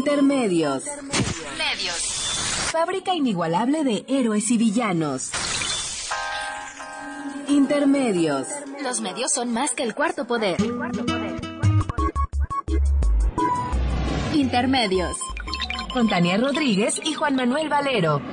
Intermedios. Fábrica inigualable de héroes y villanos. Intermedios. Los medios son más que el cuarto poder. Intermedios. Con Tania Rodríguez y Juan Manuel Valero.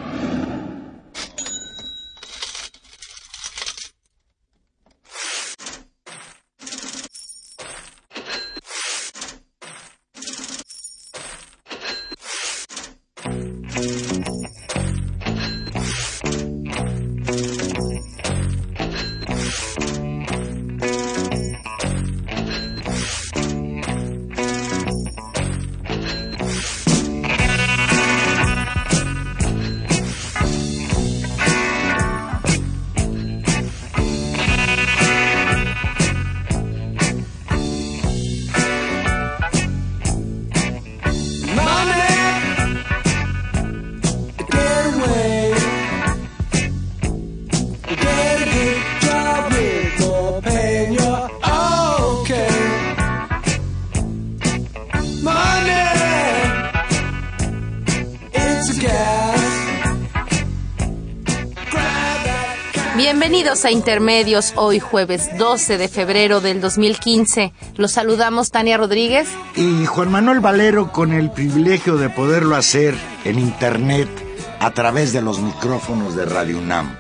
Bienvenidos a Intermedios, hoy jueves 12 de febrero del 2015. Los saludamos Tania Rodríguez y Juan Manuel Valero, con el privilegio de poderlo hacer en internet a través de los micrófonos de Radio UNAM.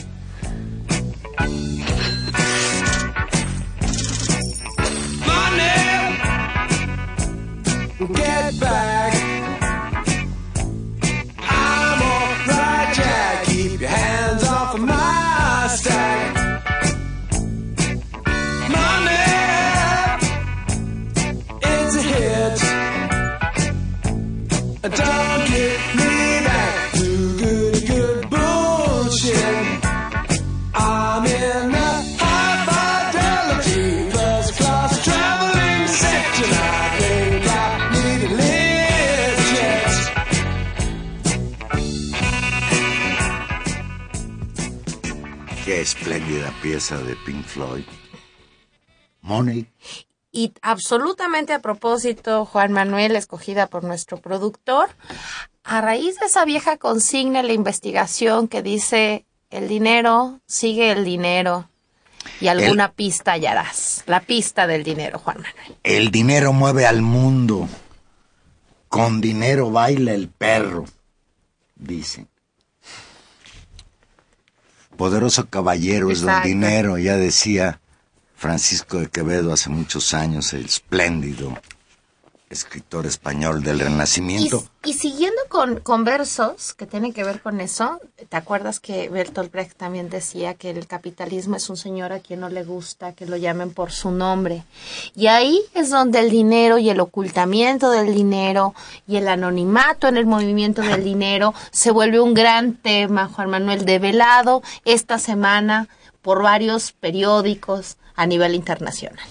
Qué espléndida pieza de Pink Floyd. Money. Y absolutamente a propósito, Juan Manuel, escogida por nuestro productor, a raíz de esa vieja consigna en la investigación que dice: el dinero sigue el dinero y alguna pista hallarás. La pista del dinero, Juan Manuel. El dinero mueve al mundo. Con dinero baila el perro, dicen. Poderoso caballero es don dinero, ya decía Francisco de Quevedo hace muchos años, el espléndido escritor español del Renacimiento. Y siguiendo con versos que tienen que ver con eso, ¿te acuerdas que Bertolt Brecht también decía que el capitalismo es un señor a quien no le gusta que lo llamen por su nombre? Y ahí es donde el dinero y el ocultamiento del dinero y el anonimato en el movimiento del dinero se vuelve un gran tema, Juan Manuel, develado esta semana por varios periódicos a nivel internacional.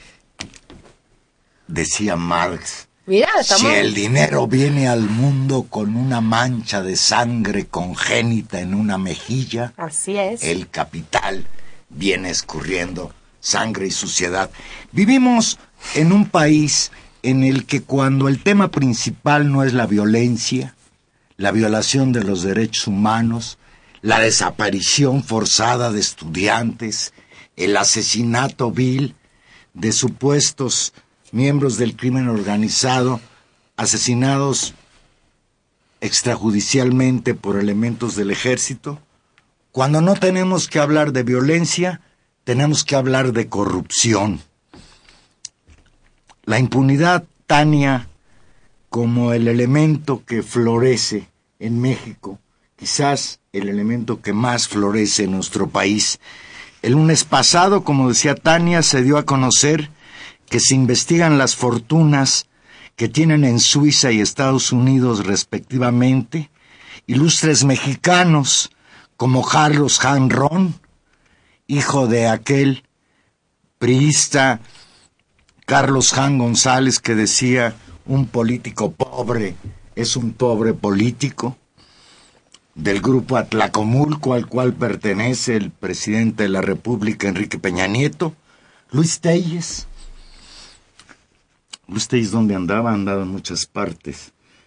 Decía Marx, mira, si el dinero viene al mundo con una mancha de sangre congénita en una mejilla, así es, el capital viene escurriendo sangre y suciedad. Vivimos en un país en el que cuando el tema principal no es la violencia, la violación de los derechos humanos, la desaparición forzada de estudiantes, el asesinato vil de supuestos miembros del crimen organizado, asesinados extrajudicialmente por elementos del ejército, cuando no tenemos que hablar de violencia, tenemos que hablar de corrupción. La impunidad, Tania, como el elemento que florece en México, quizás el elemento que más florece en nuestro país. El lunes pasado, como decía Tania, se dio a conocer que se investigan las fortunas que tienen en Suiza y Estados Unidos respectivamente ilustres mexicanos como Carlos Jan Ron, hijo de aquel priista Carlos Jan González que decía: un político pobre es un pobre político, del grupo Atlacomulco al cual pertenece el presidente de la República, Enrique Peña Nieto. Luis Telles, ¿dónde andaba? Andaba en muchas partes.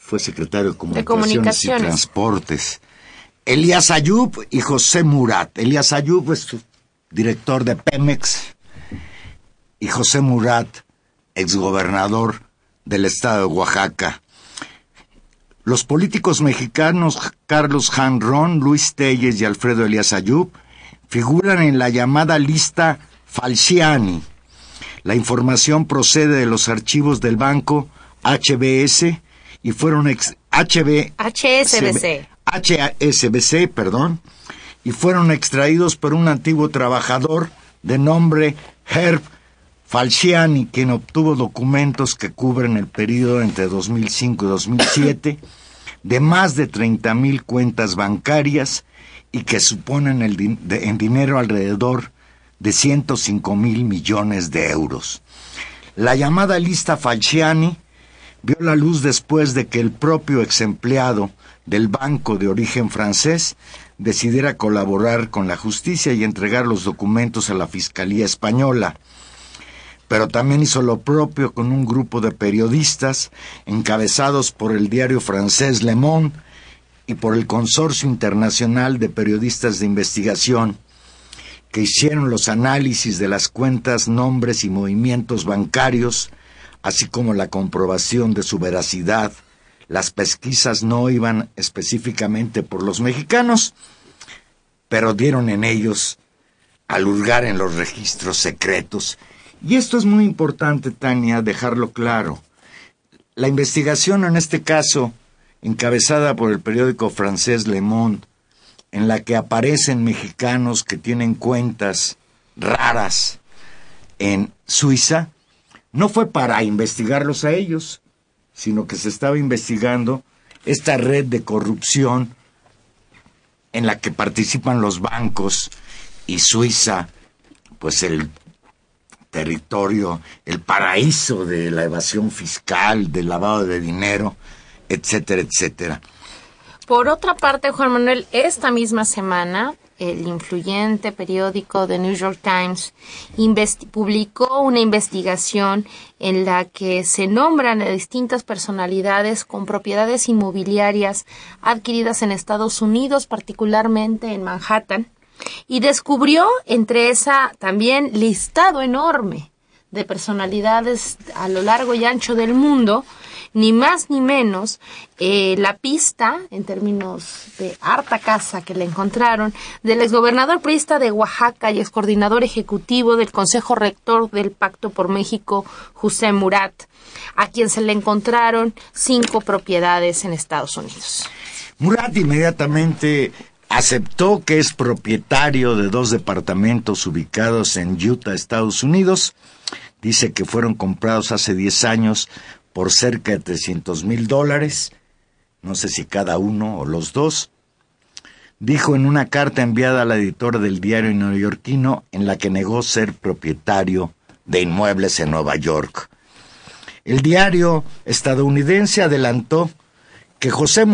fue secretario de De Comunicaciones y Transportes. Elías Ayub y José Murat. Elías Ayub es director de Pemex y José Murat, exgobernador del estado de Oaxaca. Los políticos mexicanos Carlos Hanron, Luis Telles y Alfredo Elías Ayub figuran en la llamada lista Falciani. La información procede de los archivos del banco HSBC y fueron y fueron extraídos por un antiguo trabajador de nombre Herb Falciani, quien obtuvo documentos que cubren el periodo entre 2005 y 2007 de más de 30,000 cuentas bancarias y que suponen en dinero alrededor de 105,000 millones de euros. La llamada lista Falciani vio la luz después de que el propio exempleado del banco de origen francés decidiera colaborar con la justicia y entregar los documentos a la Fiscalía Española. Pero también hizo lo propio con un grupo de periodistas encabezados por el diario francés Le Monde y por el Consorcio Internacional de Periodistas de Investigación, que hicieron los análisis de las cuentas, nombres y movimientos bancarios, así como la comprobación de su veracidad. Las pesquisas no iban específicamente por los mexicanos, pero dieron en ellos al hurgar en los registros secretos. Y esto es muy importante, Tania, dejarlo claro. La investigación, en este caso, encabezada por el periódico francés Le Monde, en la que aparecen mexicanos que tienen cuentas raras en Suiza, no fue para investigarlos a ellos, sino que se estaba investigando esta red de corrupción en la que participan los bancos y Suiza, pues el territorio, el paraíso de la evasión fiscal, del lavado de dinero, etcétera, etcétera. Por otra parte, Juan Manuel, esta misma semana, el influyente periódico The New York Times publicó una investigación en la que se nombran a distintas personalidades con propiedades inmobiliarias adquiridas en Estados Unidos, particularmente en Manhattan, y descubrió entre esa también listado enorme de personalidades a lo largo y ancho del mundo, ni más ni menos, la pista, en términos de harta casa que le encontraron, del exgobernador priista de Oaxaca y excoordinador ejecutivo del Consejo Rector del Pacto por México, José Murat, a quien se le encontraron 5 propiedades en Estados Unidos. Murat inmediatamente aceptó que es propietario de 2 departamentos ubicados en Utah, Estados Unidos. Dice que fueron comprados hace 10 años por cerca de $300,000, no sé si cada uno o los 2. Dijo en una carta enviada a la editora del diario neoyorquino en la que negó ser propietario de inmuebles en Nueva York. El diario estadounidense adelantó que José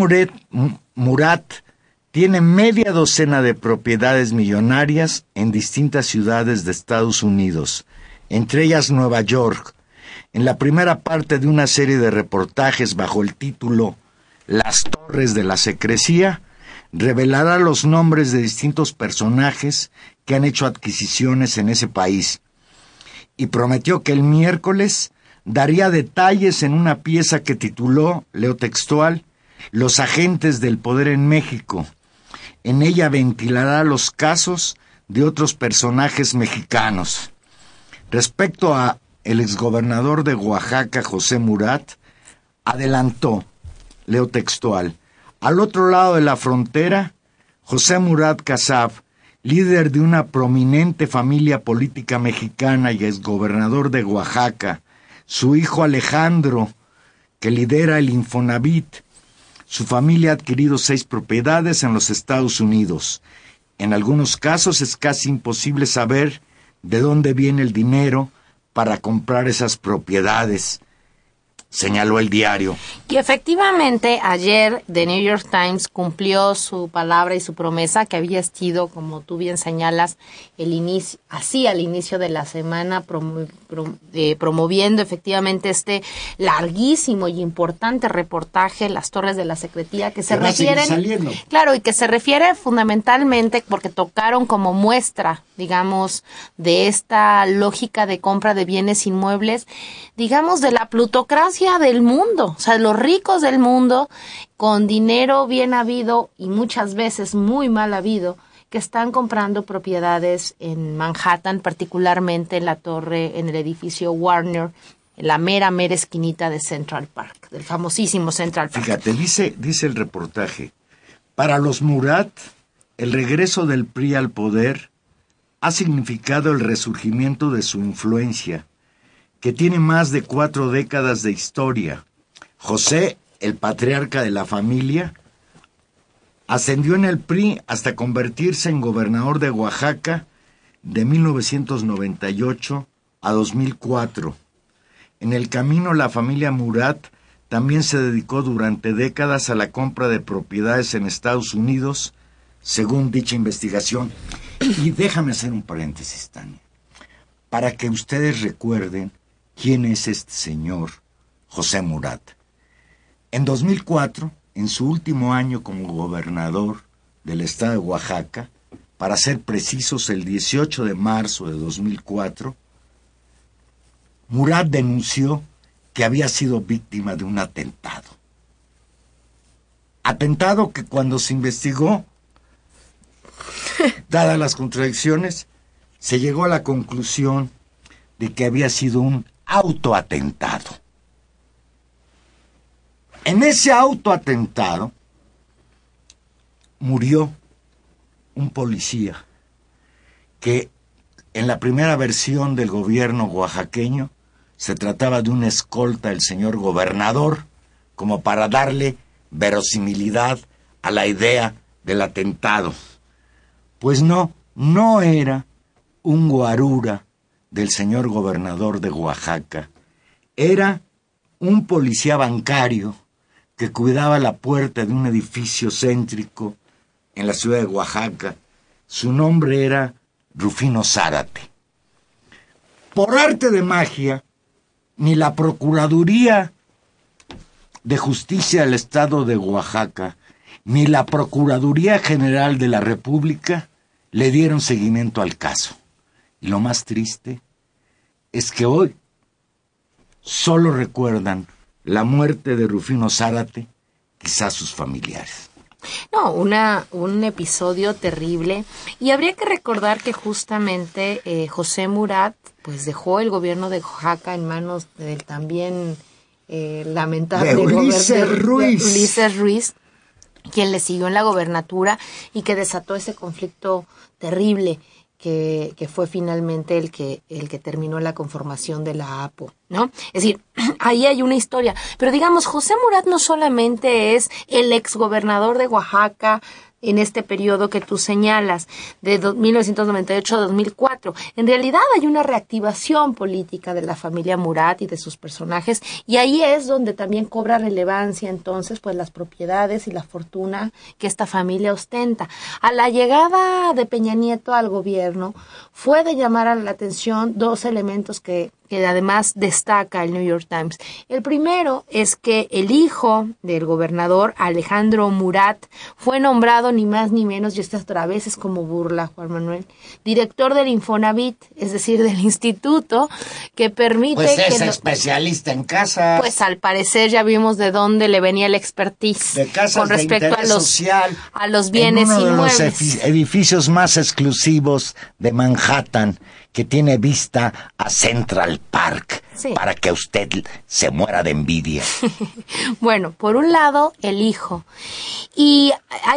Murat tiene media docena de propiedades millonarias en distintas ciudades de Estados Unidos, entre ellas Nueva York. En la primera parte de una serie de reportajes bajo el título Las Torres de la Secrecía, revelará los nombres de distintos personajes que han hecho adquisiciones en ese país, y prometió que el miércoles daría detalles en una pieza que tituló, leo textual, Los agentes del poder en México. En ella ventilará los casos de otros personajes mexicanos. Respecto a el exgobernador de Oaxaca, José Murat, adelantó, leo textual, al otro lado de la frontera, José Murat Kassab, líder de una prominente familia política mexicana y exgobernador de Oaxaca, su hijo Alejandro, que lidera el Infonavit. Su familia ha adquirido 6 propiedades en los Estados Unidos. En algunos casos es casi imposible saber de dónde viene el dinero para comprar esas propiedades. señaló el diario. Y efectivamente, ayer The New York Times cumplió su palabra y su promesa, que había sido, como tú bien señalas, al inicio de la semana, promoviendo efectivamente este larguísimo y importante reportaje, Las Torres de la Secretía, que se refieren, claro, y que se refiere fundamentalmente porque tocaron como muestra, digamos, de esta lógica de compra de bienes inmuebles, digamos, de la plutocracia del mundo, o sea, los ricos del mundo con dinero bien habido y muchas veces muy mal habido, que están comprando propiedades en Manhattan, particularmente en la torre, en el edificio Warner, en la mera esquinita de Central Park, del famosísimo Central Park. Fíjate, dice el reportaje, para los Murat, el regreso del PRI al poder ha significado el resurgimiento de su influencia, que tiene más de 4 décadas de historia. José, el patriarca de la familia, ascendió en el PRI hasta convertirse en gobernador de Oaxaca de 1998 a 2004. En el camino, la familia Murat también se dedicó durante décadas a la compra de propiedades en Estados Unidos, según dicha investigación. Y déjame hacer un paréntesis, Tania, para que ustedes recuerden quién es este señor José Murat. En 2004, en su último año como gobernador del estado de Oaxaca, para ser precisos, el 18 de marzo de 2004, Murat denunció que había sido víctima de un atentado. Atentado que cuando se investigó, dadas las contradicciones, se llegó a la conclusión de que había sido un autoatentado. En ese autoatentado murió un policía que en la primera versión del gobierno oaxaqueño se trataba de un escolta del señor gobernador, como para darle verosimilidad a la idea del atentado. Pues no era un guarura del señor gobernador de Oaxaca, era un policía bancario que cuidaba la puerta de un edificio céntrico en la ciudad de Oaxaca. Su nombre era Rufino Zárate. Por arte de magia, ni la Procuraduría de Justicia del Estado de Oaxaca, ni la Procuraduría General de la República le dieron seguimiento al caso. Y lo más triste es que hoy solo recuerdan la muerte de Rufino Zárate, quizás sus familiares. No, un episodio terrible. Y habría que recordar que justamente José Murat pues dejó el gobierno de Oaxaca en manos del también lamentable Ulises Ruiz, quien le siguió en la gobernatura y que desató ese conflicto terrible que fue finalmente el que terminó la conformación de la APO, ¿no? Es decir, ahí hay una historia. Pero digamos, José Murat no solamente es el exgobernador de Oaxaca en este periodo que tú señalas, de 1998 a 2004. En realidad hay una reactivación política de la familia Murat y de sus personajes, y ahí es donde también cobra relevancia entonces pues las propiedades y la fortuna que esta familia ostenta. A la llegada de Peña Nieto al gobierno fue de llamar a la atención 2 elementos que además destaca el New York Times. El primero es que el hijo del gobernador, Alejandro Murat, fue nombrado ni más ni menos, y esta otra vez es como burla, Juan Manuel, director del Infonavit, es decir, del instituto que permite... Pues es especialista en casas. Pues al parecer ya vimos de dónde le venía el expertise de casas con respecto de social, a los bienes en uno inmuebles. De los edificios más exclusivos de Manhattan, que tiene vista a Central Park, sí, para que usted se muera de envidia. Bueno, por un lado, el hijo. Y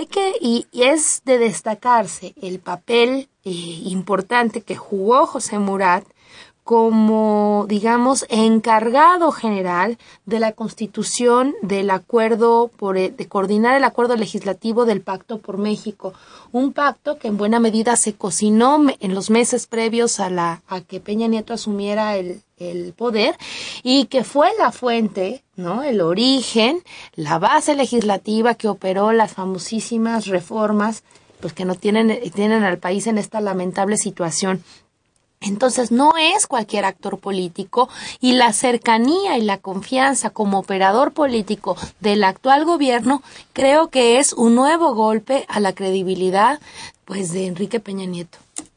es de destacarse el papel importante que jugó José Murat como, digamos, encargado general de la constitución del acuerdo de coordinar el acuerdo legislativo del Pacto por México, un pacto que en buena medida se cocinó en los meses previos a que Peña Nieto asumiera el poder, y que fue la fuente ¿no? El origen, la base legislativa que operó las famosísimas reformas, pues que no tienen al país en esta lamentable situación. Entonces no es cualquier actor político, y la cercanía y la confianza como operador político del actual gobierno creo que es un nuevo golpe a la credibilidad, pues, de Enrique Peña Nieto.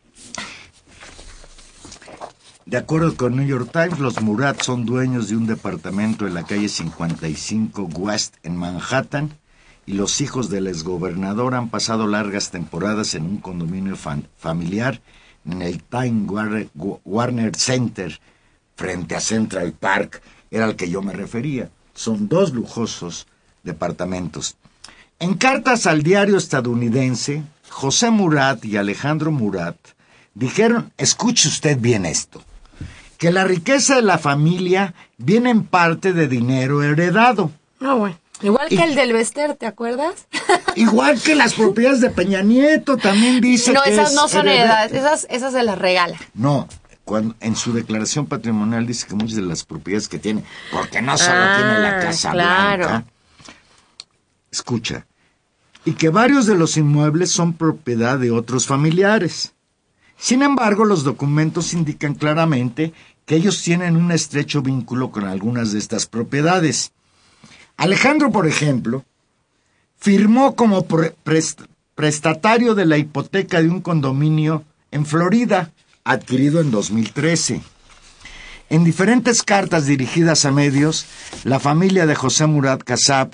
De acuerdo con New York Times, los Murat son dueños de un departamento en la calle 55 West en Manhattan, y los hijos del exgobernador han pasado largas temporadas en un condominio familiar en el Time Warner Center, frente a Central Park, era al que yo me refería. Son 2 lujosos departamentos. En cartas al diario estadounidense, José Murat y Alejandro Murat dijeron, escuche usted bien esto, que la riqueza de la familia viene en parte de dinero heredado. Bueno. Igual que el del Bester, ¿te acuerdas? Igual que las propiedades de Peña Nieto, también dice no, que esas no son heredadas, esas se las regala. No, en su declaración patrimonial dice que muchas de las propiedades que tiene, porque no solo tiene la Casa Blanca, escucha, y que varios de los inmuebles son propiedad de otros familiares. Sin embargo, los documentos indican claramente que ellos tienen un estrecho vínculo con algunas de estas propiedades. Alejandro, por ejemplo, firmó como prestatario de la hipoteca de un condominio en Florida, adquirido en 2013. En diferentes cartas dirigidas a medios, la familia de José Murat Kassab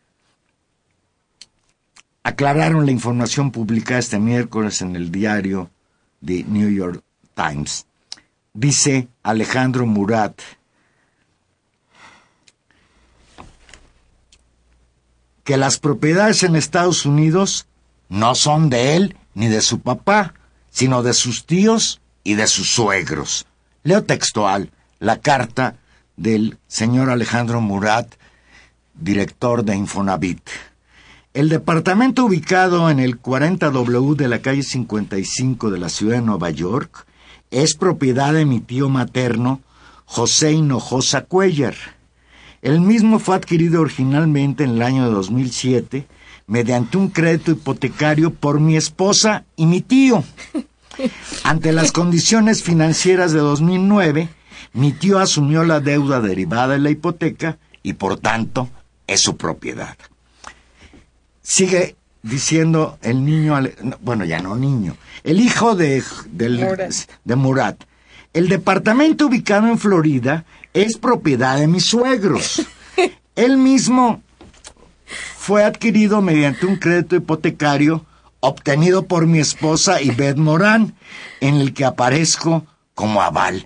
aclararon la información publicada este miércoles en el diario The New York Times. Dice Alejandro Murat: que las propiedades en Estados Unidos no son de él ni de su papá, sino de sus tíos y de sus suegros. Leo textual la carta del señor Alejandro Murat, director de Infonavit. El departamento ubicado en el 40W de la calle 55 de la ciudad de Nueva York es propiedad de mi tío materno, José Hinojosa Cuellar. El mismo fue adquirido originalmente en el año de 2007 mediante un crédito hipotecario por mi esposa y mi tío. Ante las condiciones financieras de 2009, mi tío asumió la deuda derivada de la hipoteca y, por tanto, es su propiedad. Sigue diciendo el niño, bueno, ya no niño, el hijo de Murat. El departamento ubicado en Florida es propiedad de mis suegros. Él mismo fue adquirido mediante un crédito hipotecario obtenido por mi esposa Ivette Morán, en el que aparezco como aval.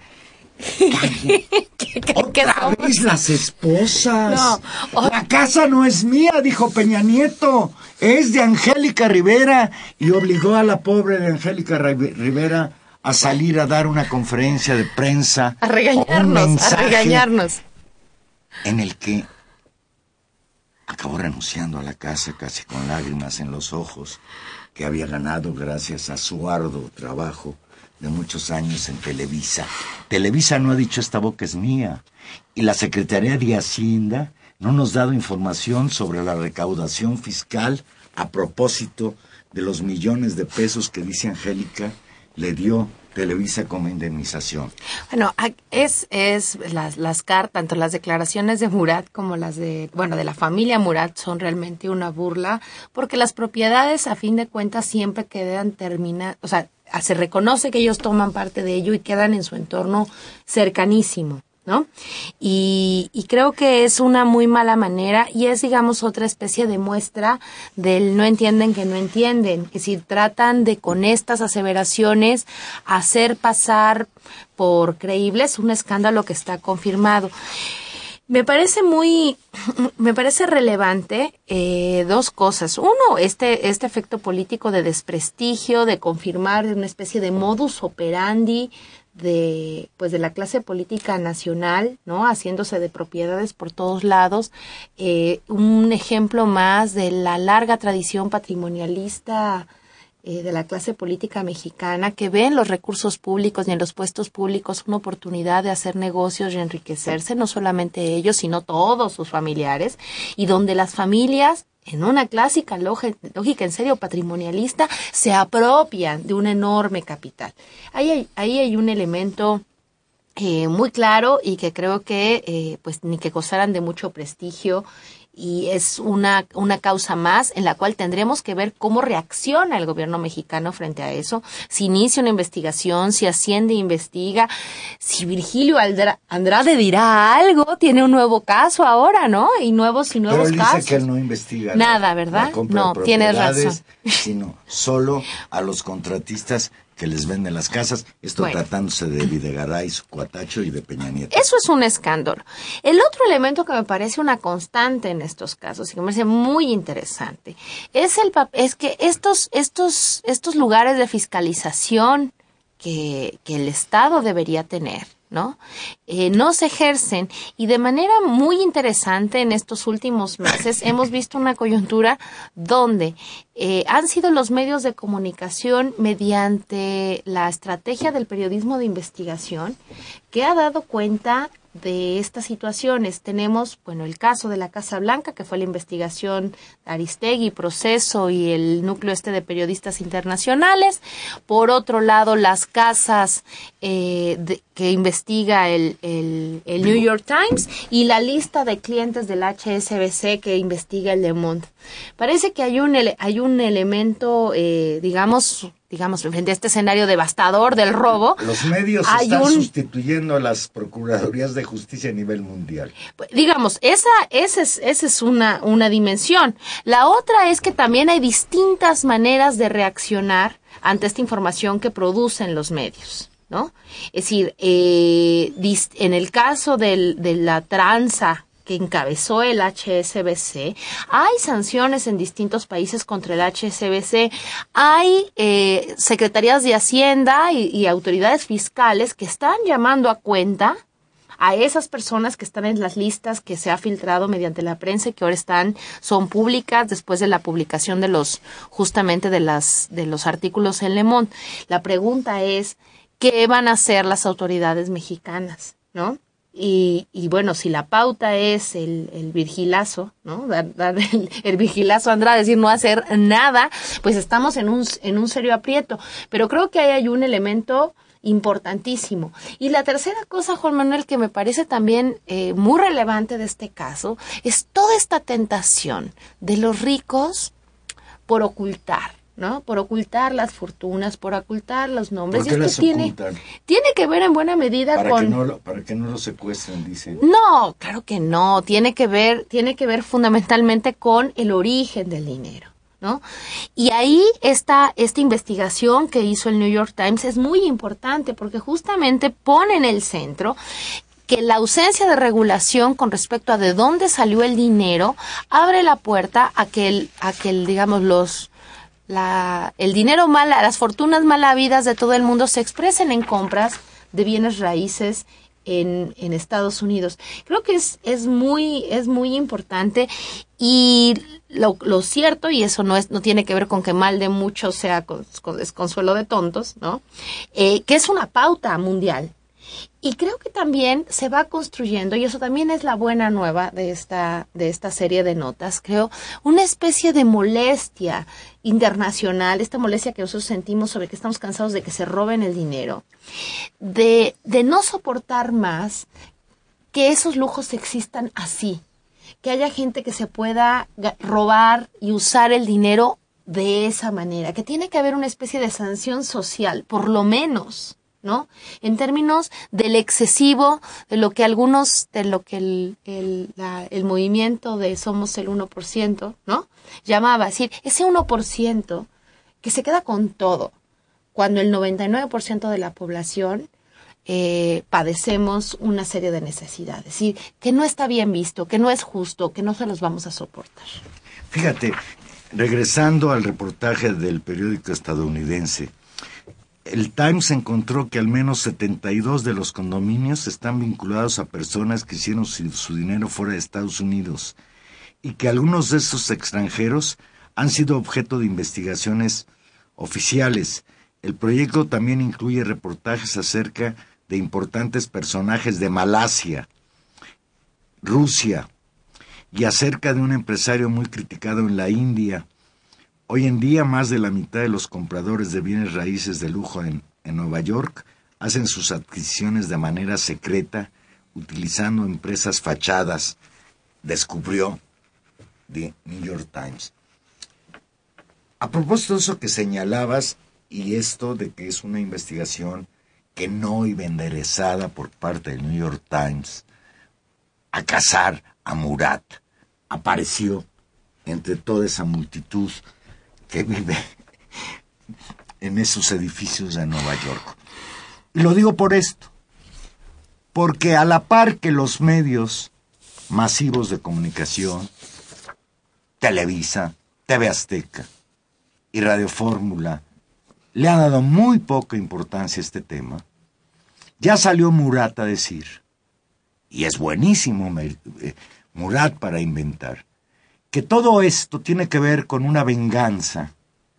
Otra vez las esposas. No. La casa no es mía, dijo Peña Nieto, es de Angélica Rivera, y obligó a la pobre de Angélica Rivera a salir a dar una conferencia de prensa, a regañarnos, en el que acabó renunciando a la casa casi con lágrimas en los ojos, que había ganado gracias a su arduo trabajo de muchos años en Televisa. Televisa no ha dicho esta boca es mía, y la Secretaría de Hacienda no nos ha dado información sobre la recaudación fiscal a propósito de los millones de pesos que, dice Angélica, le dio Televisa como indemnización. Bueno, las cartas, tanto las declaraciones de Murat como las de la familia Murat, son realmente una burla, porque las propiedades, a fin de cuentas, siempre quedan terminadas, o sea, se reconoce que ellos toman parte de ello y quedan en su entorno cercanísimo, ¿no? Y creo que es una muy mala manera, y es, digamos, otra especie de muestra del no entienden que no entienden. Es decir, tratan de, con estas aseveraciones, hacer pasar por creíbles un escándalo que está confirmado. Me parece relevante dos cosas. Uno, este efecto político de desprestigio, de confirmar una especie de modus operandi de la clase política nacional, ¿no? Haciéndose de propiedades por todos lados. Un ejemplo más de la larga tradición patrimonialista de la clase política mexicana, que ven los recursos públicos y en los puestos públicos una oportunidad de hacer negocios y enriquecerse, no solamente ellos, sino todos sus familiares, y donde las familias, en una clásica lógica en serio patrimonialista, se apropian de un enorme capital. Ahí hay un elemento muy claro y que creo que pues ni que gozaran de mucho prestigio, y es una causa más en la cual tendremos que ver cómo reacciona el gobierno mexicano frente a eso, si inicia una investigación, si asciende e investiga, si Virgilio Andrade dirá algo, tiene un nuevo caso ahora, ¿no? Y nuevos Pero él casos. dice que él no investiga nada, ¿verdad? No, tienes razón. Sino solo a los contratistas que les venden las casas, esto bueno, tratándose de Videgaray, su cuatacho, y de Peña Nieto. Eso es un escándalo. El otro elemento que me parece una constante en estos casos y que me parece muy interesante es que estos lugares de fiscalización que el Estado debería tener, ¿no? No se ejercen, y de manera muy interesante en estos últimos meses hemos visto una coyuntura donde han sido los medios de comunicación, mediante la estrategia del periodismo de investigación, que ha dado cuenta de estas situaciones. Tenemos, bueno, el caso de la Casa Blanca, que fue la investigación de Aristegui, Proceso y el núcleo de periodistas internacionales. Por otro lado, las casas que investiga el New York Times, y la lista de clientes del HSBC que investiga el Le Monde. Parece que hay un elemento, digamos, frente a este escenario devastador del robo. Los medios están sustituyendo a las procuradurías de justicia a nivel mundial. Digamos, esa es una dimensión. La otra es que también hay distintas maneras de reaccionar ante esta información que producen los medios, ¿no? Es decir, en el caso de la tranza que encabezó el HSBC, hay sanciones en distintos países contra el HSBC, hay secretarías de Hacienda y autoridades fiscales que están llamando a cuenta a esas personas que están en las listas que se ha filtrado mediante la prensa y que ahora son públicas después de la publicación de los artículos en Le Monde. La pregunta es, ¿qué van a hacer las autoridades mexicanas, ¿no? Y bueno, si la pauta es el vigilazo, ¿no? Dar el vigilazo a Andrade, decir no hacer nada, pues estamos en un serio aprieto. Pero creo que ahí hay un elemento importantísimo. Y la tercera cosa, Juan Manuel, que me parece también muy relevante de este caso, es toda esta tentación de los ricos por ocultar, ¿no? Por ocultar las fortunas, por ocultar los nombres. ¿Por qué las ocultan? Tiene que ver en buena medida para que no lo secuestren, dicen. No, claro que no. Tiene que ver fundamentalmente con el origen del dinero, ¿no? Y ahí esta investigación que hizo el New York Times es muy importante porque justamente pone en el centro que la ausencia de regulación con respecto a de dónde salió el dinero abre la puerta a que digamos, el dinero las fortunas mal habidas de todo el mundo se expresen en compras de bienes raíces en Estados Unidos. Creo que es muy importante, y lo cierto, y eso no tiene que ver con que mal de muchos sea con desconsuelo de tontos, ¿no? Que es una pauta mundial. Y creo que también se va construyendo, y eso también es la buena nueva de esta serie de notas, creo, una especie de molestia internacional, esta molestia que nosotros sentimos sobre que estamos cansados de que se roben el dinero, de no soportar más que esos lujos existan así, que haya gente que se pueda robar y usar el dinero de esa manera, que tiene que haber una especie de sanción social, por lo menos, ¿no? En términos del excesivo, de lo que el movimiento de Somos el 1%, ¿no? Llamaba, es decir, ese 1% que se queda con todo, cuando el 99% de la población padecemos una serie de necesidades, es decir, que no está bien visto, que no es justo, que no se los vamos a soportar. Fíjate, regresando al reportaje del periódico estadounidense, el Times encontró que al menos 72 de los condominios están vinculados a personas que hicieron su dinero fuera de Estados Unidos, y que algunos de esos extranjeros han sido objeto de investigaciones oficiales. El proyecto también incluye reportajes acerca de importantes personajes de Malasia, Rusia, y acerca de un empresario muy criticado en la India. Hoy en día, más de la mitad de los compradores de bienes raíces de lujo en Nueva York hacen sus adquisiciones de manera secreta, utilizando empresas fachadas, descubrió The New York Times. A propósito de eso que señalabas, y esto de que es una investigación que no iba enderezada por parte del New York Times a cazar a Murat, apareció entre toda esa multitud que vive en esos edificios de Nueva York. Y lo digo por esto, porque a la par que los medios masivos de comunicación, Televisa, TV Azteca y Radio Fórmula, le han dado muy poca importancia a este tema, ya salió Murat a decir, y es buenísimo Murat para inventar, que todo esto tiene que ver con una venganza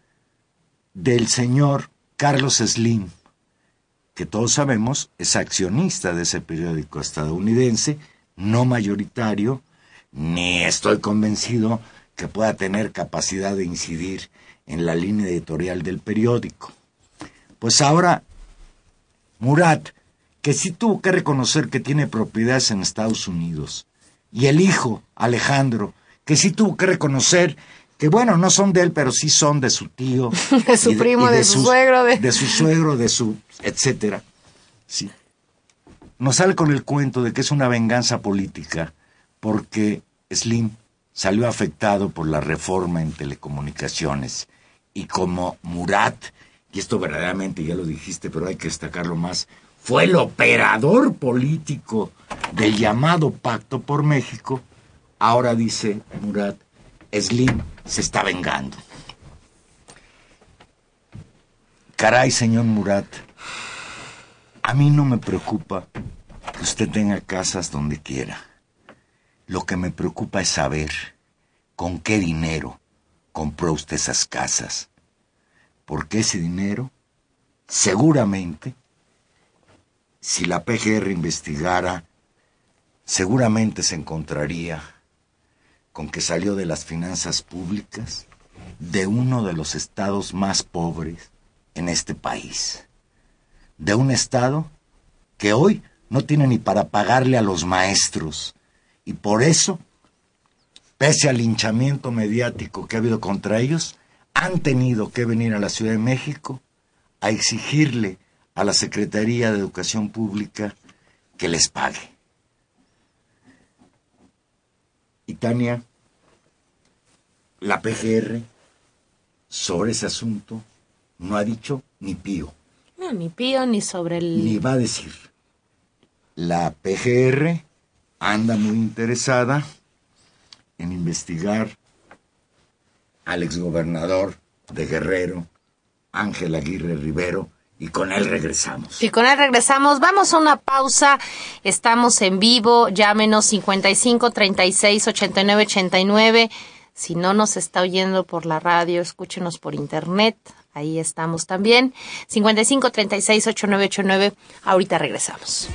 del señor Carlos Slim, que todos sabemos es accionista de ese periódico estadounidense, no mayoritario, ni estoy convencido que pueda tener capacidad de incidir en la línea editorial del periódico. Pues ahora, Murat, que sí tuvo que reconocer que tiene propiedades en Estados Unidos, y el hijo, Alejandro, que sí tuvo que reconocer que, bueno, no son de él, pero sí son de su tío. De su primo, de su suegro. De su suegro, de su... etcétera. Sí. Nos sale con el cuento de que es una venganza política, porque Slim salió afectado por la reforma en telecomunicaciones. Y como Murat, y esto verdaderamente ya lo dijiste, pero hay que destacarlo más, fue el operador político del llamado Pacto por México, ahora dice Murat, Slim se está vengando. Caray, señor Murat, a mí no me preocupa que usted tenga casas donde quiera. Lo que me preocupa es saber con qué dinero compró usted esas casas. Porque ese dinero, seguramente, si la PGR investigara, seguramente se encontraría con que salió de las finanzas públicas de uno de los estados más pobres en este país. De un estado que hoy no tiene ni para pagarle a los maestros. Y por eso, pese al linchamiento mediático que ha habido contra ellos, han tenido que venir a la Ciudad de México a exigirle a la Secretaría de Educación Pública que les pague. Y Tania, la PGR, sobre ese asunto, no ha dicho ni pío. No, ni pío, ni sobre el... Ni va a decir. La PGR anda muy interesada en investigar al exgobernador de Guerrero, Ángel Aguirre Rivero, y con él regresamos. Y con él regresamos. Vamos a una pausa. Estamos en vivo. Llámenos 55 36 89 89. Si no nos está oyendo por la radio, escúchenos por internet. Ahí estamos también. 55 36 89 89. Ahorita regresamos.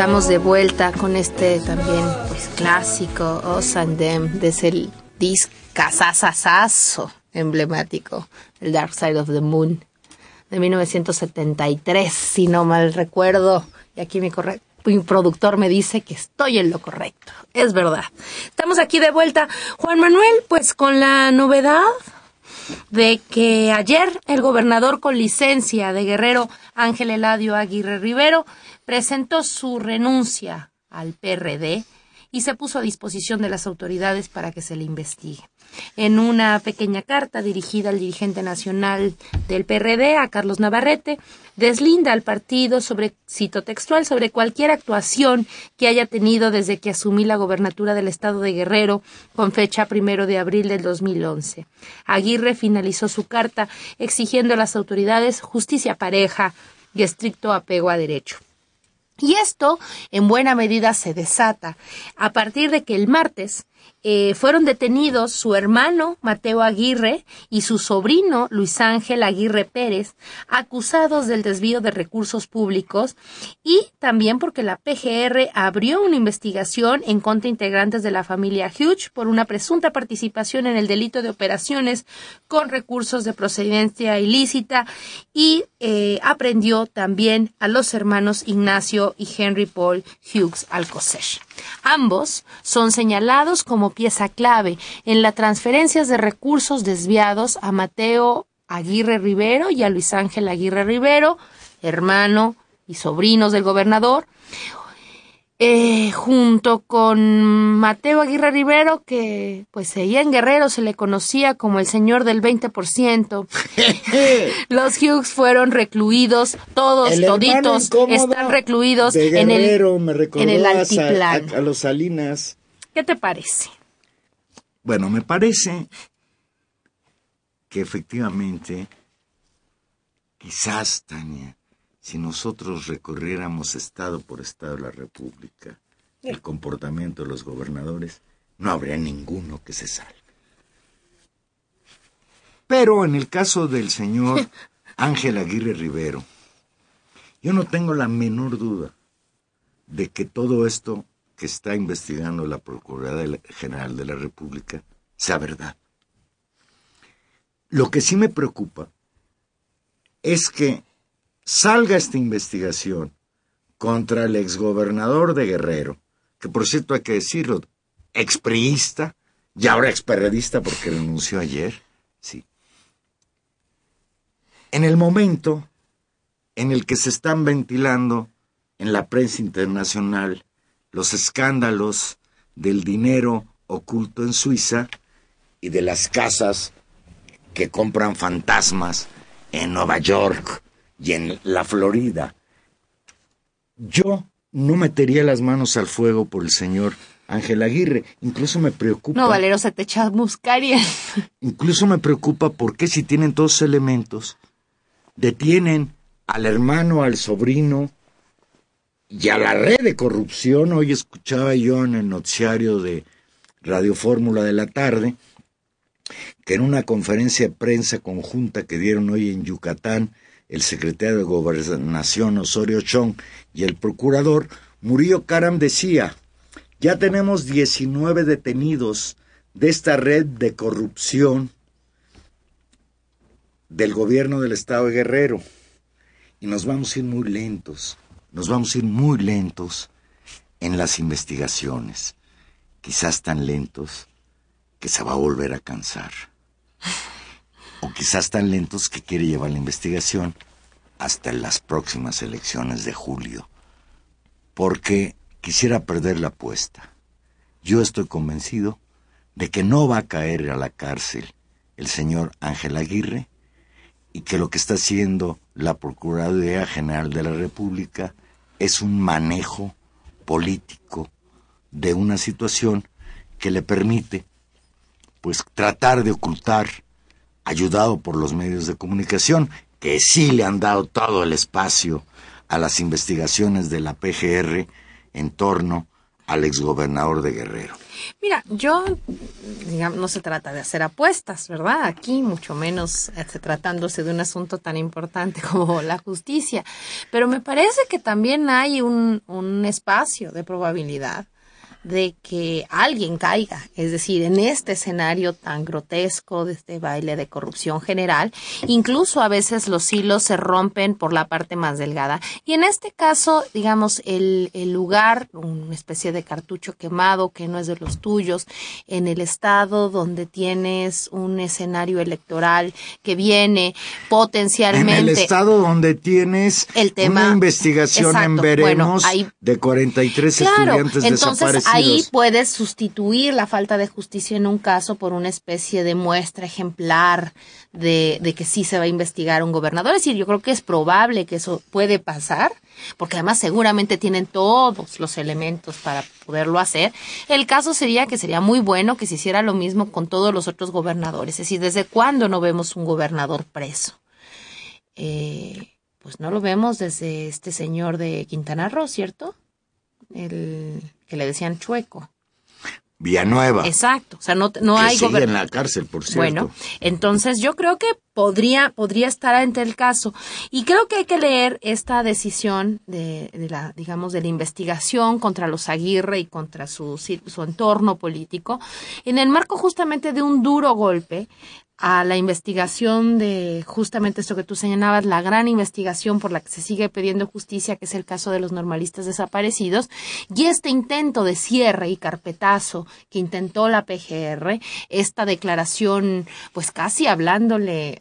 estamos de vuelta con este también pues clásico Us and Them, desde el discazazazazo emblemático, el Dark Side of the Moon de 1973, si no mal recuerdo, y aquí mi productor me dice que estoy en lo correcto, es verdad. Estamos aquí de vuelta, Juan Manuel, pues con la novedad de que ayer el gobernador con licencia de Guerrero, Ángel Eladio Aguirre Rivero, presentó su renuncia al PRD y se puso a disposición de las autoridades para que se le investigue. En una pequeña carta dirigida al dirigente nacional del PRD, a Carlos Navarrete, deslinda al partido cito textual, sobre cualquier actuación que haya tenido desde que asumí la gobernatura del estado de Guerrero con fecha 1 de abril del 2011. Aguirre finalizó su carta exigiendo a las autoridades justicia pareja y estricto apego a derecho. Y esto, en buena medida, se desata a partir de que el martes fueron detenidos su hermano Mateo Aguirre y su sobrino Luis Ángel Aguirre Pérez, acusados del desvío de recursos públicos, y también porque la PGR abrió una investigación en contra de integrantes de la familia Hughes por una presunta participación en el delito de operaciones con recursos de procedencia ilícita, y aprendió también a los hermanos Ignacio y Henry Paul Hughes Alcocer. Ambos son señalados como pieza clave en las transferencias de recursos desviados a Mateo Aguirre Rivero y a Luis Ángel Aguirre Rivero, hermano y sobrinos del gobernador, junto con Mateo Aguirre Rivero, que pues allá en Guerrero se le conocía como el señor del 20%. Los Hughes fueron recluidos, toditos están recluidos en el altiplano. A los Salinas. ¿Qué te parece? Bueno, me parece que efectivamente, quizás, Tania, si nosotros recorriéramos estado por estado de la República, el comportamiento de los gobernadores, no habría ninguno que se salga. Pero en el caso del señor Ángel Aguirre Rivero, yo no tengo la menor duda de que todo esto que está investigando la Procuraduría General de la República sea verdad. Lo que sí me preocupa es que salga esta investigación contra el exgobernador de Guerrero, que por cierto hay que decirlo, expriista, y ahora experredista porque renunció ayer, sí. En el momento en el que se están ventilando en la prensa internacional los escándalos del dinero oculto en Suiza y de las casas que compran fantasmas en Nueva York y en la Florida. Yo no metería las manos al fuego por el señor Ángel Aguirre. Incluso me preocupa. No, Valero, se te echa muscaria. Incluso me preocupa porque si tienen todos esos elementos, detienen al hermano, al sobrino y a la red de corrupción. Hoy escuchaba yo en el noticiario de Radio Fórmula de la tarde que en una conferencia de prensa conjunta que dieron hoy en Yucatán, el secretario de Gobernación Osorio Chong y el procurador Murillo Karam decía: ya tenemos 19 detenidos de esta red de corrupción del gobierno del estado de Guerrero y nos vamos a ir muy lentos en las investigaciones, quizás tan lentos que se va a volver a cansar. O quizás tan lentos que quiere llevar la investigación hasta las próximas elecciones de julio. Porque quisiera perder la apuesta. Yo estoy convencido de que no va a caer a la cárcel el señor Ángel Aguirre y que lo que está haciendo la Procuraduría General de la República es un manejo político de una situación que le permite pues tratar de ocultar, ayudado por los medios de comunicación, que sí le han dado todo el espacio a las investigaciones de la PGR en torno al exgobernador de Guerrero? Mira, digamos, no se trata de hacer apuestas, ¿verdad? Aquí, mucho menos tratándose de un asunto tan importante como la justicia. Pero me parece que también hay un espacio de probabilidad de que alguien caiga, es decir, en este escenario tan grotesco de este baile de corrupción general, incluso a veces los hilos se rompen por la parte más delgada. Y en este caso, digamos, el lugar, una especie de cartucho quemado que no es de los tuyos, en el estado donde tienes un escenario electoral que viene potencialmente... En el estado donde tienes el tema, una investigación, exacto, en Veremos, bueno, ahí, de 43 estudiantes desaparecidos. Ahí puedes sustituir la falta de justicia en un caso por una especie de muestra ejemplar de que sí se va a investigar un gobernador. Es decir, yo creo que es probable que eso puede pasar, porque además seguramente tienen todos los elementos para poderlo hacer. El caso sería que sería muy bueno que se hiciera lo mismo con todos los otros gobernadores. Es decir, ¿desde cuándo no vemos un gobernador preso? Pues no lo vemos desde este señor de Quintana Roo, ¿cierto? El que le decían Chueco. Villanueva. Exacto, o sea, no hay sigue en la cárcel, por cierto. Bueno, entonces yo creo que podría estar ante el caso, y creo que hay que leer esta decisión de la investigación contra los Aguirre y contra su entorno político en el marco justamente de un duro golpe a la investigación de justamente esto que tú señalabas, la gran investigación por la que se sigue pidiendo justicia, que es el caso de los normalistas desaparecidos, y este intento de cierre y carpetazo que intentó la PGR, esta declaración, pues casi hablándole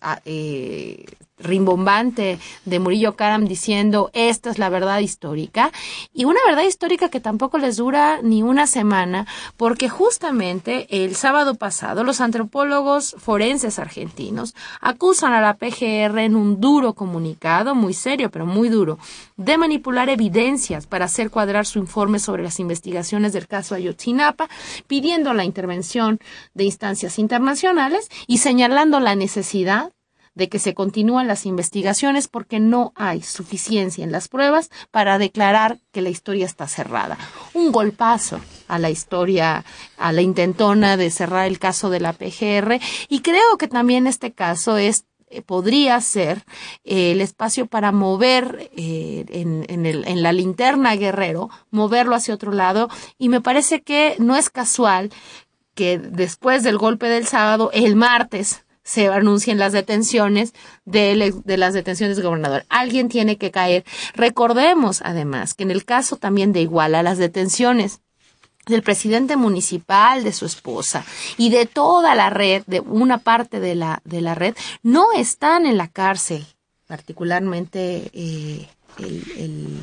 rimbombante de Murillo Karam diciendo esta es la verdad histórica, y una verdad histórica que tampoco les dura ni una semana, porque justamente el sábado pasado los antropólogos forenses argentinos acusan a la PGR en un duro comunicado, muy serio pero muy duro, de manipular evidencias para hacer cuadrar su informe sobre las investigaciones del caso Ayotzinapa, pidiendo la intervención de instancias internacionales y señalando la necesidad de que se continúen las investigaciones porque no hay suficiencia en las pruebas para declarar que la historia está cerrada. Un golpazo a la historia, a la intentona de cerrar el caso de la PGR, y creo que también este caso podría ser el espacio para mover en la linterna Guerrero, moverlo hacia otro lado, y me parece que no es casual que después del golpe del sábado, el martes, se anuncien las detenciones de las detenciones del gobernador. Alguien tiene que caer. Recordemos, además, que en el caso también de Iguala, las detenciones del presidente municipal, de su esposa y de toda la red, de una parte de la red, no están en la cárcel, particularmente el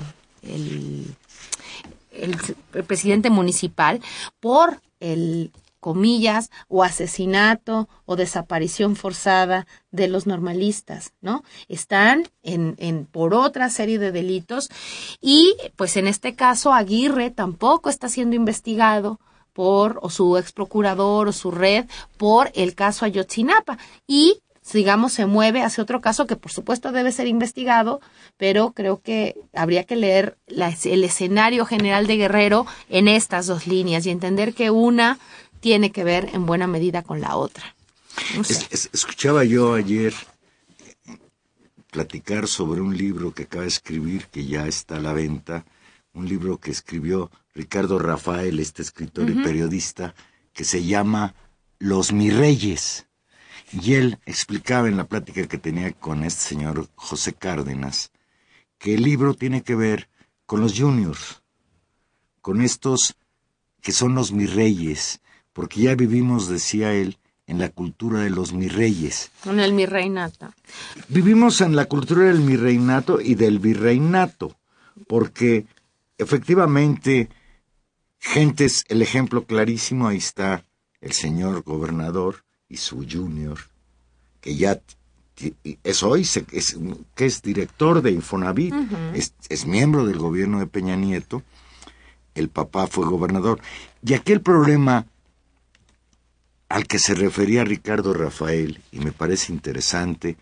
presidente municipal, por el comillas, o asesinato o desaparición forzada de los normalistas, ¿no? Están por otra serie de delitos, y pues en este caso Aguirre tampoco está siendo investigado o su ex procurador o su red por el caso Ayotzinapa, y digamos se mueve hacia otro caso que por supuesto debe ser investigado, pero creo que habría que leer el escenario general de Guerrero en estas dos líneas y entender que una tiene que ver en buena medida con la otra. No sé. Escuchaba yo ayer platicar sobre un libro que acaba de escribir, que ya está a la venta, un libro que escribió Ricardo Rafael, este escritor y periodista, que se llama Los Mirreyes. Y él explicaba en la plática que tenía con este señor José Cárdenas, que el libro tiene que ver con los juniors, con estos que son los mirreyes, porque ya vivimos, decía él, en la cultura de los mirreyes. Con el mirreinato. Vivimos en la cultura del mirreinato y del virreinato, porque efectivamente, gentes, el ejemplo clarísimo, ahí está el señor gobernador y su junior, que ya es hoy, que es director de Infonavit, es miembro del gobierno de Peña Nieto, el papá fue gobernador. Y aquel problema al que se refería Ricardo Rafael, y me parece interesante,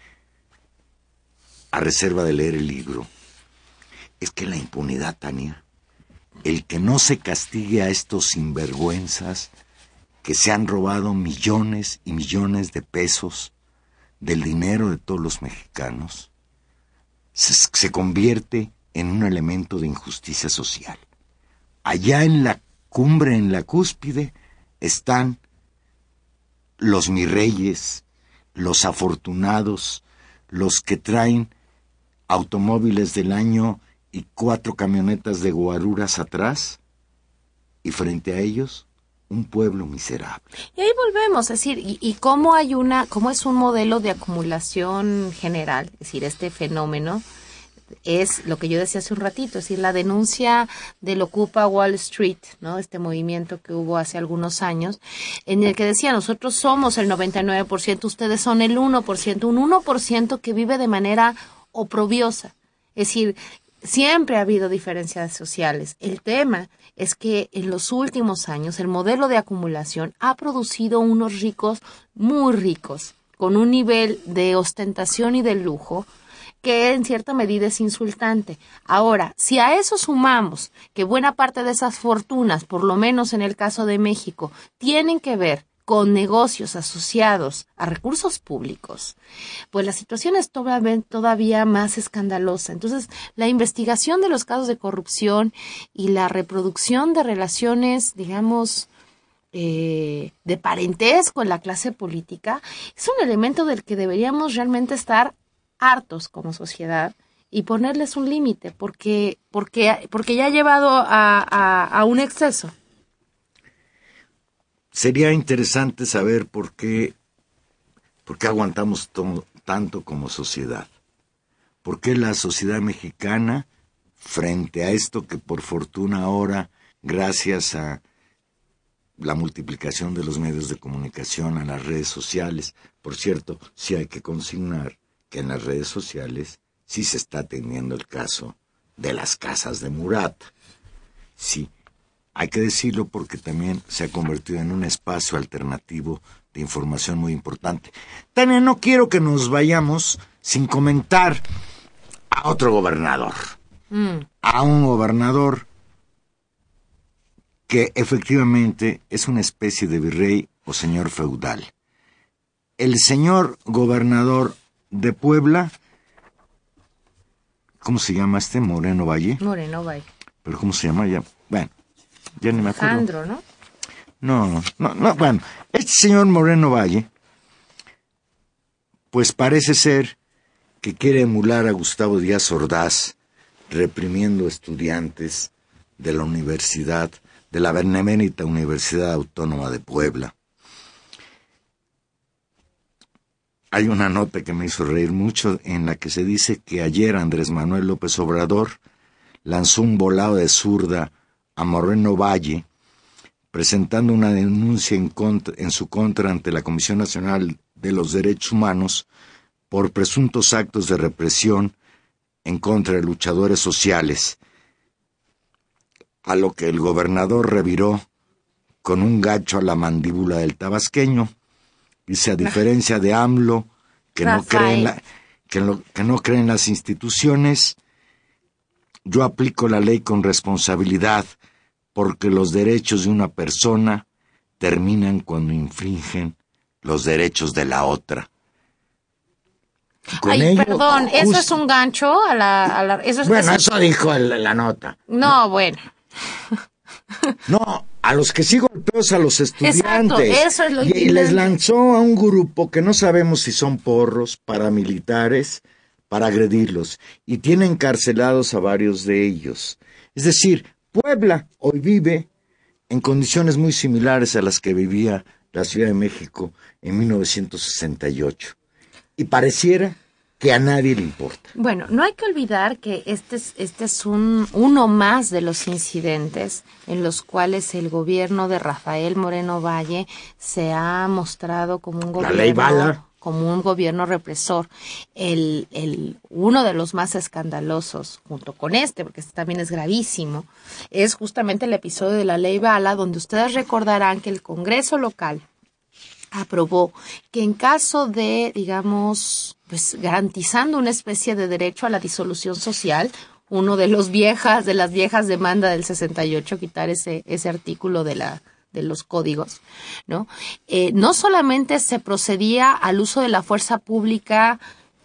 a reserva de leer el libro, es que la impunidad, Tania, el que no se castigue a estos sinvergüenzas que se han robado millones y millones de pesos del dinero de todos los mexicanos, se convierte en un elemento de injusticia social. Allá en la cumbre, en la cúspide, están los mirreyes, los afortunados, los que traen automóviles del año y 4 camionetas de guaruras atrás, y frente a ellos un pueblo miserable. Y ahí volvemos, es decir, y cómo cómo es un modelo de acumulación general, es decir, este fenómeno es lo que yo decía hace un ratito, es decir, la denuncia del Ocupa Wall Street, ¿no? Este movimiento que hubo hace algunos años, en el que decía, nosotros somos el 99%, ustedes son el 1%, un 1% que vive de manera oprobiosa. Es decir, siempre ha habido diferencias sociales. El tema es que en los últimos años el modelo de acumulación ha producido unos ricos muy ricos, con un nivel de ostentación y de lujo que en cierta medida es insultante. Ahora, si a eso sumamos que buena parte de esas fortunas, por lo menos en el caso de México, tienen que ver con negocios asociados a recursos públicos, pues la situación es todavía más escandalosa. Entonces, la investigación de los casos de corrupción y la reproducción de relaciones, digamos, de parentesco en la clase política, es un elemento del que deberíamos realmente estar hartos como sociedad y ponerles un límite, porque ya ha llevado a un exceso. Sería interesante saber por qué aguantamos tanto como sociedad. ¿Por qué la sociedad mexicana, frente a esto que por fortuna ahora, gracias a la multiplicación de los medios de comunicación, a las redes sociales, por cierto, sí hay que consignar que en las redes sociales sí se está atendiendo el caso de las casas de Murat. Sí. Hay que decirlo porque también se ha convertido en un espacio alternativo de información muy importante. Tania, no quiero que nos vayamos sin comentar a otro gobernador. A un gobernador que efectivamente es una especie de virrey o señor feudal. El señor gobernador de Puebla, ¿cómo se llama este? Moreno Valle. Moreno Valle. ¿Pero cómo se llama ya? Bueno. Ya ni me acuerdo. Alejandro, ¿no? No, bueno, este señor Moreno Valle, pues parece ser que quiere emular a Gustavo Díaz Ordaz, reprimiendo estudiantes de la universidad, de la Benemérita Universidad Autónoma de Puebla. Hay una nota que me hizo reír mucho, en la que se dice que ayer Andrés Manuel López Obrador lanzó un volado de zurda a Moreno Valle, presentando una denuncia en su contra ante la Comisión Nacional de los Derechos Humanos por presuntos actos de represión en contra de luchadores sociales, a lo que el gobernador reviró con un gacho a la mandíbula del tabasqueño. Dice, a diferencia de AMLO, que no cree en las instituciones, yo aplico la ley con responsabilidad, porque los derechos de una persona terminan cuando infringen los derechos de la otra. Perdón, ¿eso es un gancho a la eso dijo la nota. No, bueno. No, a los que sí golpeó a los estudiantes. Exacto, eso es lo y les lanzó a un grupo que no sabemos si son porros, paramilitares, para agredirlos. Y tiene encarcelados a varios de ellos. Es decir, Puebla hoy vive en condiciones muy similares a las que vivía la Ciudad de México en 1968. Y pareciera que a nadie le importa. Bueno, no hay que olvidar que este es uno más de los incidentes en los cuales el gobierno de Rafael Moreno Valle se ha mostrado como un gobierno... La ley bala. Como un gobierno represor. Uno de los más escandalosos, junto con porque este también es gravísimo, es justamente el episodio de la ley bala, donde ustedes recordarán que el Congreso local aprobó que en caso de, digamos, pues garantizando una especie de derecho a la disolución social, uno de las viejas demandas del 68, quitar ese artículo de los códigos, ¿no? No solamente se procedía al uso de la fuerza pública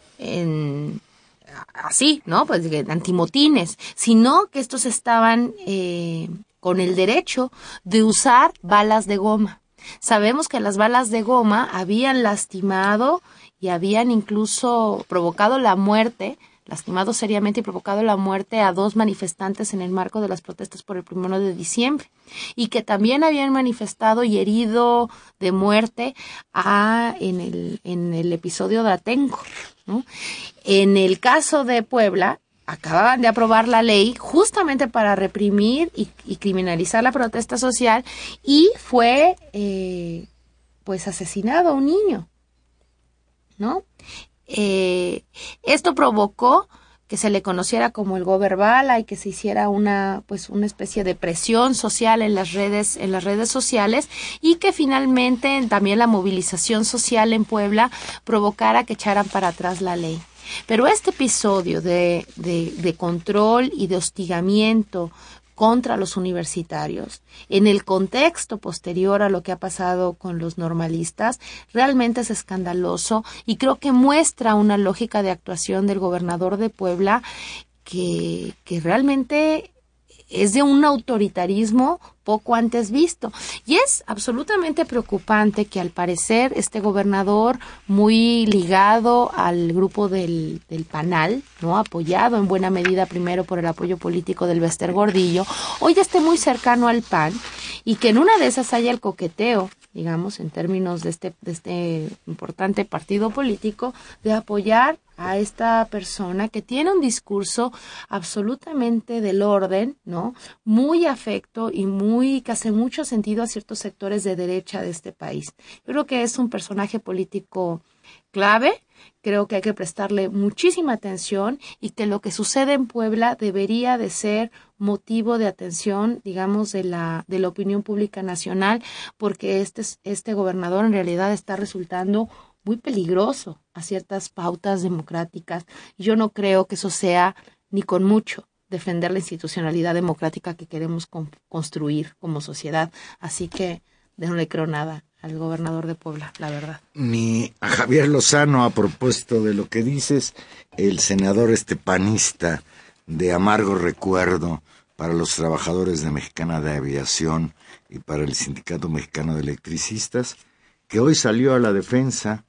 así, ¿no? Pues antimotines, sino que estos estaban con el derecho de usar balas de goma. Sabemos que las balas de goma habían lastimado y habían incluso provocado la muerte, lastimado seriamente y provocado la muerte a 2 manifestantes en el marco de las protestas por el 1 de diciembre, y que también habían manifestado y herido de muerte en el episodio de Atenco, ¿no? En el caso de Puebla, acababan de aprobar la ley justamente para reprimir y criminalizar la protesta social, y fue pues asesinado un niño, ¿no? Esto provocó que se le conociera como el Goberbala y que se hiciera una especie de presión social en las redes sociales, y que finalmente también la movilización social en Puebla provocara que echaran para atrás la ley. Pero este episodio de control y de hostigamiento contra los universitarios, en el contexto posterior a lo que ha pasado con los normalistas, realmente es escandaloso, y creo que muestra una lógica de actuación del gobernador de Puebla que realmente es de un autoritarismo poco antes visto. Y es absolutamente preocupante que al parecer este gobernador, muy ligado al grupo del PANAL, ¿no?, apoyado en buena medida primero por el apoyo político del Bester Gordillo, hoy esté muy cercano al PAN, y que en una de esas haya el coqueteo, digamos, en términos de este importante partido político, de apoyar a esta persona que tiene un discurso absolutamente del orden, ¿no?, muy afecto y que hace mucho sentido a ciertos sectores de derecha de este país. Creo que es un personaje político clave. Creo que hay que prestarle muchísima atención, y que lo que sucede en Puebla debería de ser motivo de atención, digamos, de la opinión pública nacional, porque este gobernador en realidad está resultando muy peligroso a ciertas pautas democráticas. Yo no creo que eso sea ni con mucho defender la institucionalidad democrática que queremos construir como sociedad. Así que no le creo nada al gobernador de Puebla, la verdad. Ni a Javier Lozano, a propósito de lo que dices, el senador panista de amargo recuerdo para los trabajadores de Mexicana de Aviación y para el Sindicato Mexicano de Electricistas, que hoy salió a la defensa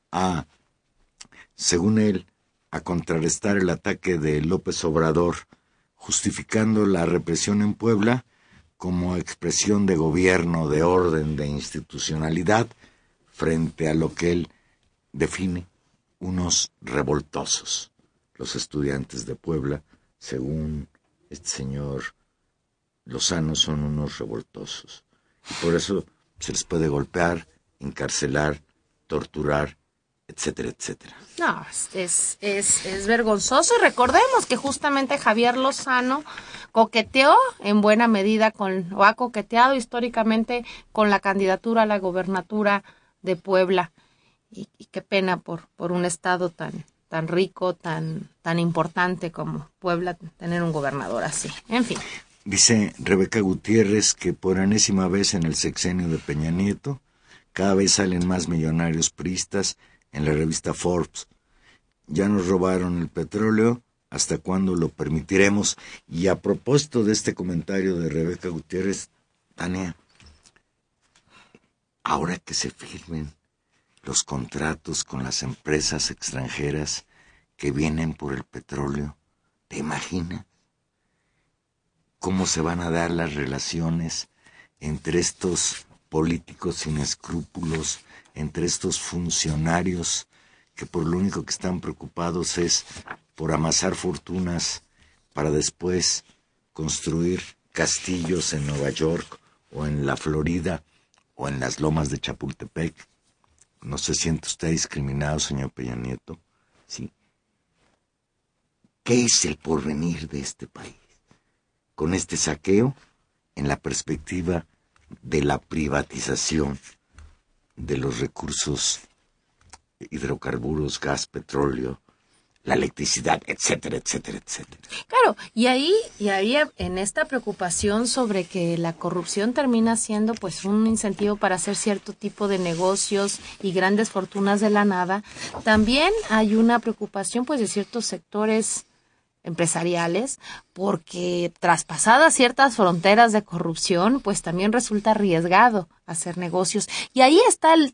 según él, a contrarrestar el ataque de López Obrador, justificando la represión en Puebla como expresión de gobierno, de orden, de institucionalidad, frente a lo que él define unos revoltosos. Los estudiantes de Puebla, según este señor Lozano, son unos revoltosos. Y por eso se les puede golpear, encarcelar, torturar, etcétera, etcétera. No, es vergonzoso, y recordemos que justamente Javier Lozano coqueteó en buena medida o ha coqueteado históricamente con la candidatura a la gobernatura de Puebla, y qué pena por un estado tan rico, tan importante como Puebla, tener un gobernador así. En fin. Dice Rebeca Gutiérrez que por enésima vez en el sexenio de Peña Nieto, cada vez salen más millonarios priistas en la revista Forbes. Ya nos robaron el petróleo, ¿hasta cuándo lo permitiremos? Y a propósito de este comentario de Rebeca Gutiérrez, Tania, ahora que se firmen los contratos con las empresas extranjeras que vienen por el petróleo, ¿te imaginas cómo se van a dar las relaciones entre estos políticos sin escrúpulos, entre estos funcionarios que por lo único que están preocupados es por amasar fortunas para después construir castillos en Nueva York o en la Florida o en las lomas de Chapultepec? ¿No se siente usted discriminado, señor Peña Nieto? Sí. ¿Qué es el porvenir de este país? Con este saqueo, en la perspectiva de la privatización de los recursos, hidrocarburos, gas, petróleo, la electricidad, etcétera, etcétera, etcétera. Claro, y ahí en esta preocupación sobre que la corrupción termina siendo pues un incentivo para hacer cierto tipo de negocios y grandes fortunas de la nada, también hay una preocupación pues de ciertos sectores empresariales, porque traspasadas ciertas fronteras de corrupción, pues también resulta arriesgado hacer negocios. Y ahí está el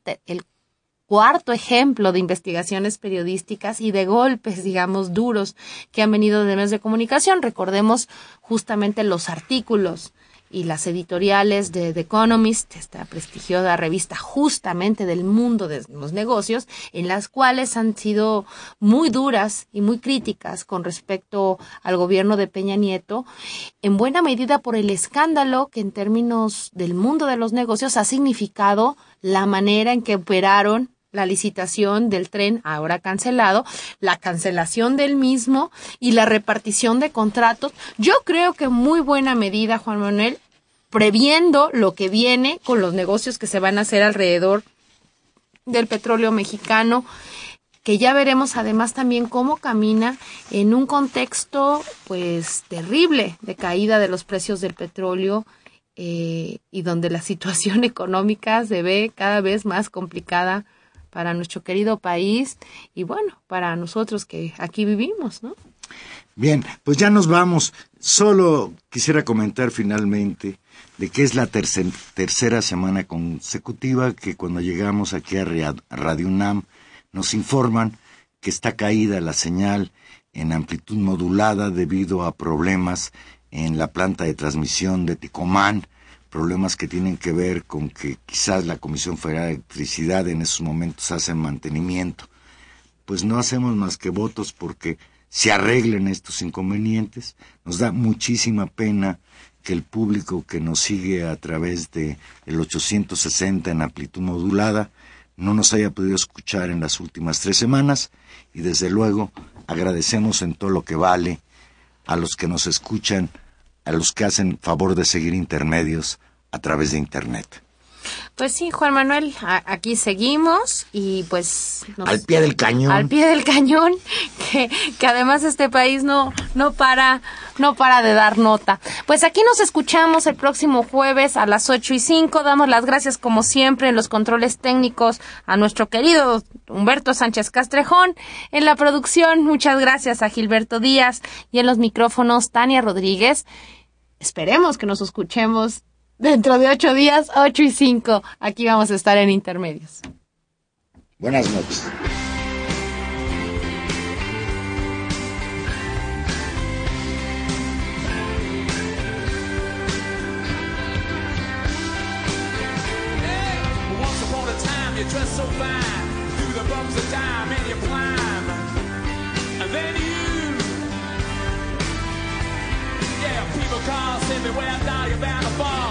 cuarto ejemplo de investigaciones periodísticas y de golpes, digamos, duros que han venido de medios de comunicación. Recordemos justamente los artículos y las editoriales de The Economist, esta prestigiosa revista justamente del mundo de los negocios, en las cuales han sido muy duras y muy críticas con respecto al gobierno de Peña Nieto, en buena medida por el escándalo que en términos del mundo de los negocios ha significado la manera en que operaron la licitación del tren ahora cancelado, la cancelación del mismo y la repartición de contratos. Yo creo que en muy buena medida, Juan Manuel, previendo lo que viene con los negocios que se van a hacer alrededor del petróleo mexicano, que ya veremos además también cómo camina en un contexto pues terrible de caída de los precios del petróleo, y donde la situación económica se ve cada vez más complicada para nuestro querido país y bueno, para nosotros que aquí vivimos, ¿no? Bien, pues ya nos vamos. Solo quisiera comentar finalmente de que es la tercera semana consecutiva que cuando llegamos aquí a Radio UNAM nos informan que está caída la señal en amplitud modulada debido a problemas en la planta de transmisión de Ticomán, problemas que tienen que ver con que quizás la Comisión Federal de Electricidad en esos momentos hace mantenimiento. Pues no hacemos más que votos porque se arreglen estos inconvenientes. Nos da muchísima pena que el público que nos sigue a través de el 860 en amplitud modulada no nos haya podido escuchar en las últimas 3 semanas y desde luego agradecemos en todo lo que vale a los que nos escuchan, a los que hacen favor de seguir Intermedios a través de Internet. Pues sí, Juan Manuel, aquí seguimos y pues... al pie del cañón. Al pie del cañón, que además este país no para de dar nota. Pues aquí nos escuchamos el próximo jueves a las 8:05. Damos las gracias como siempre en los controles técnicos a nuestro querido Humberto Sánchez Castrejón. En la producción, muchas gracias a Gilberto Díaz y en los micrófonos Tania Rodríguez. Esperemos que nos escuchemos dentro de 8 días, 8:05. Aquí vamos a estar en Intermedios. Buenas noches. You dress so fine, through the bumps of time and you climb, and then yeah, people call, say me where now you're bound to fall.